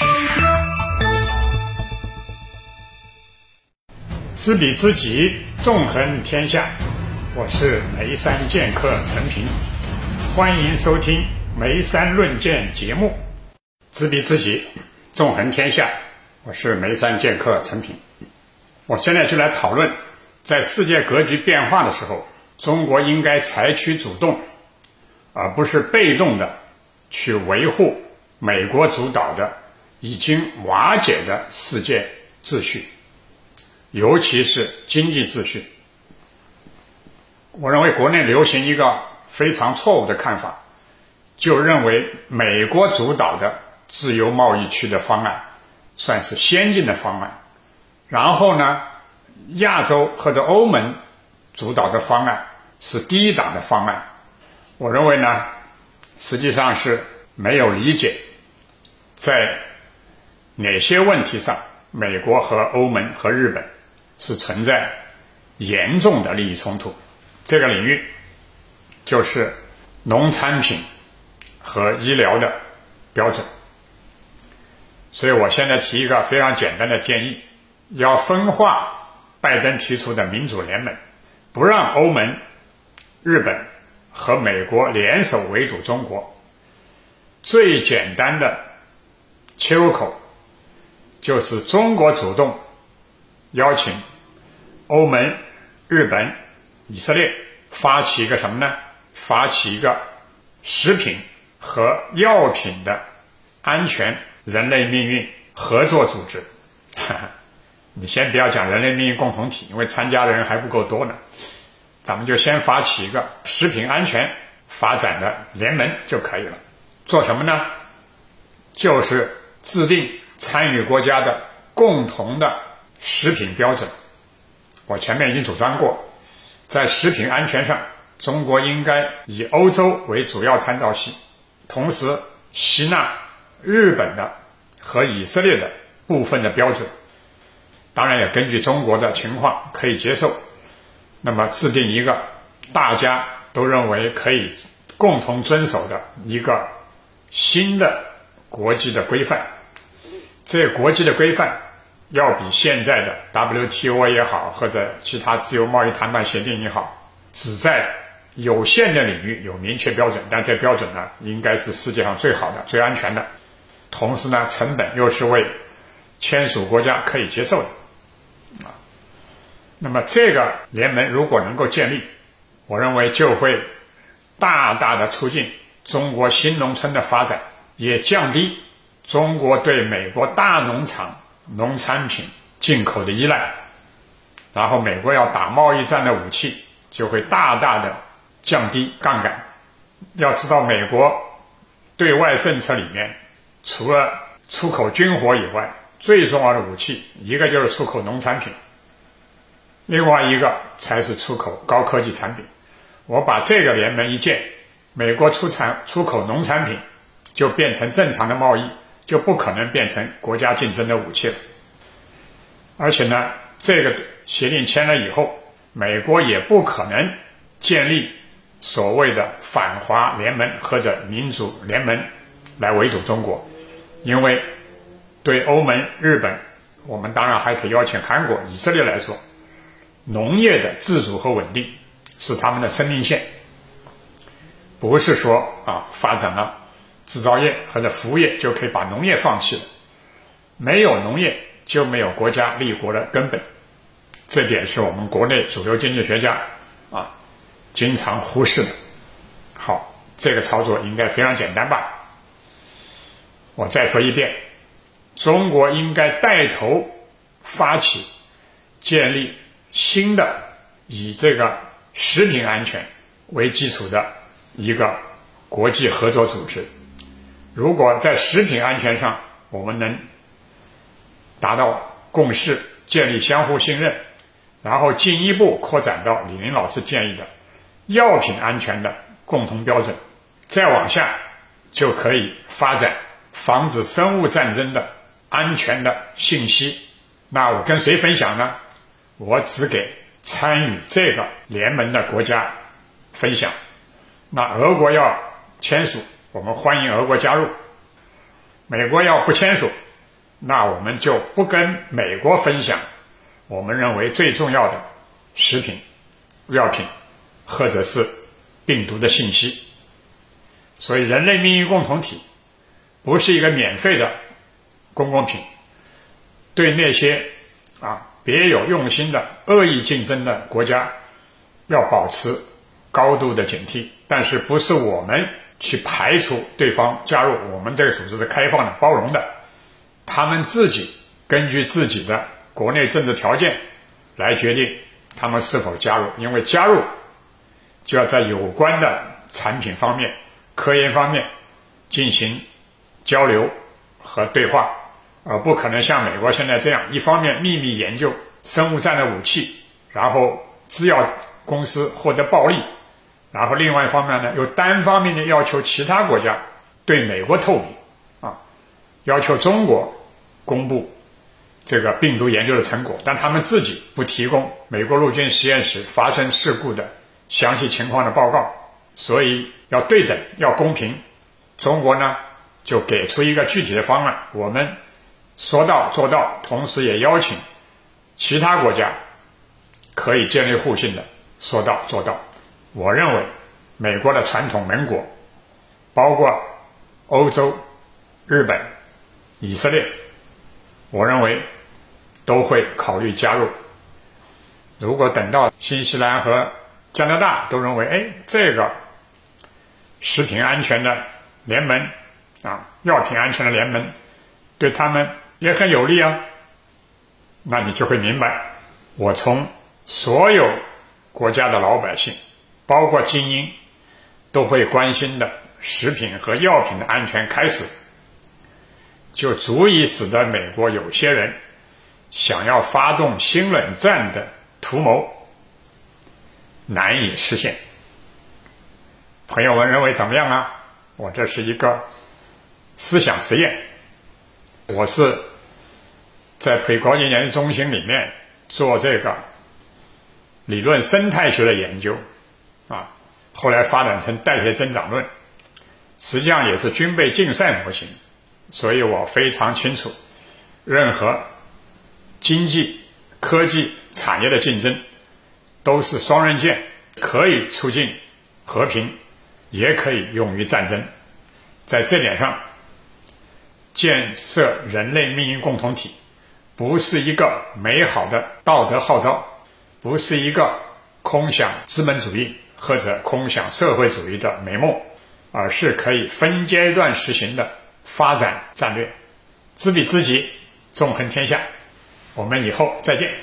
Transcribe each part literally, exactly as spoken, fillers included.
知彼知己，纵横天下。我是眉山剑客陈平，欢迎收听眉山论剑节目。知彼知己，纵横天下。我是眉山剑客陈平。我现在就来讨论，在世界格局变化的时候，中国应该采取主动，而不是被动的去维护美国主导的已经瓦解的世界秩序，尤其是经济秩序。我认为国内流行一个非常错误的看法，就认为美国主导的自由贸易区的方案算是先进的方案，然后呢，亚洲或者欧盟主导的方案是低档的方案。我认为呢，实际上是没有理解在哪些问题上美国和欧盟和日本是存在严重的利益冲突。这个领域就是农产品和医疗的标准。所以我现在提一个非常简单的建议，要分化拜登提出的民主联盟，不让欧盟、日本和美国联手围堵中国。最简单的切入口就是中国主动邀请欧盟、日本、以色列发起一个什么呢？发起一个食品和药品的安全人类命运合作组织。你先不要讲人类命运共同体，因为参加的人还不够多呢。咱们就先发起一个食品安全发展的联盟就可以了。做什么呢？就是制定参与国家的共同的食品标准。我前面已经主张过，在食品安全上，中国应该以欧洲为主要参照系，同时吸纳日本的和以色列的部分的标准，当然也根据中国的情况可以接受，那么制定一个大家都认为可以共同遵守的一个新的国际的规范。这个国际的规范要比现在的 W T O 也好，或者其他自由贸易谈判协定也好，只在有限的领域有明确标准，但这标准呢，应该是世界上最好的、最安全的，同时呢，成本又是为签署国家可以接受的。啊，那么这个联盟如果能够建立，我认为就会大大的促进中国新农村的发展，也降低中国对美国大农场农产品进口的依赖，然后美国要打贸易战的武器就会大大的降低杠杆。要知道，美国对外政策里面，除了出口军火以外，最重要的武器一个就是出口农产品，另外一个才是出口高科技产品。我把这个联盟一建，美国出产出口农产品就变成正常的贸易，就不可能变成国家竞争的武器了。而且呢，这个协定签了以后，美国也不可能建立所谓的反华联盟或者民主联盟来围堵中国。因为对欧盟、日本，我们当然还可以邀请韩国、以色列来说，农业的自主和稳定是他们的生命线，不是说啊发展了制造业或者服务业就可以把农业放弃了。没有农业就没有国家立国的根本，这点是我们国内主流经济学家啊经常忽视的。好，这个操作应该非常简单吧？我再说一遍，中国应该带头发起建立新的以这个食品安全为基础的一个国际合作组织。如果在食品安全上我们能达到共识，建立相互信任，然后进一步扩展到李林老师建议的药品安全的共同标准，再往下就可以发展防止生物战争的安全的信息。那我跟谁分享呢？我只给参与这个联盟的国家分享。那俄国要签署，我们欢迎俄国加入；美国要不签署， 那我们就不跟美国分享我们认为最重要的食品、药品或者是病毒的信息。所以人类命运共同体不是一个免费的公共品，对那些啊别有用心的恶意竞争的国家要保持高度的警惕，但是不是我们去排除对方加入我们这个组织是开放的、包容的，他们自己根据自己的国内政治条件来决定他们是否加入，因为加入就要在有关的产品方面、科研方面进行交流和对话，而不可能像美国现在这样，一方面秘密研究生物战略武器，然后制药公司获得暴利，然后另外一方面呢，又单方面的要求其他国家对美国透明啊，要求中国公布这个病毒研究的成果，但他们自己不提供美国陆军实验室发生事故的详细情况的报告，所以要对等，要公平。中国呢就给出一个具体的方案，我们说到做到，同时也邀请其他国家可以建立互信的说到做到。我认为美国的传统盟国，包括欧洲、日本、以色列，我认为都会考虑加入。如果等到新西兰和加拿大都认为，哎，这个食品安全的联盟啊，药品安全的联盟对他们也很有利啊，那你就会明白，我从所有国家的老百姓，包括精英都会关心的食品和药品的安全开始，就足以使得美国有些人想要发动新冷战的图谋难以实现。朋友们认为怎么样啊？我这是一个思想实验，我是在北高级研究中心里面做这个理论生态学的研究啊，后来发展成代谢增长论，实际上也是军备竞赛模型。所以我非常清楚，任何经济、科技、产业的竞争都是双刃剑，可以促进和平，也可以用于战争。在这点上，建设人类命运共同体不是一个美好的道德号召，不是一个空想资本主义或者空想社会主义的美梦，而是可以分阶段实行的发展战略。知彼知己，纵横天下。我们以后再见。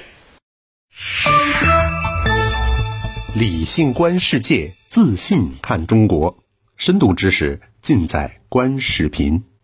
理性观世界，自信看中国，深度知识尽在观视频。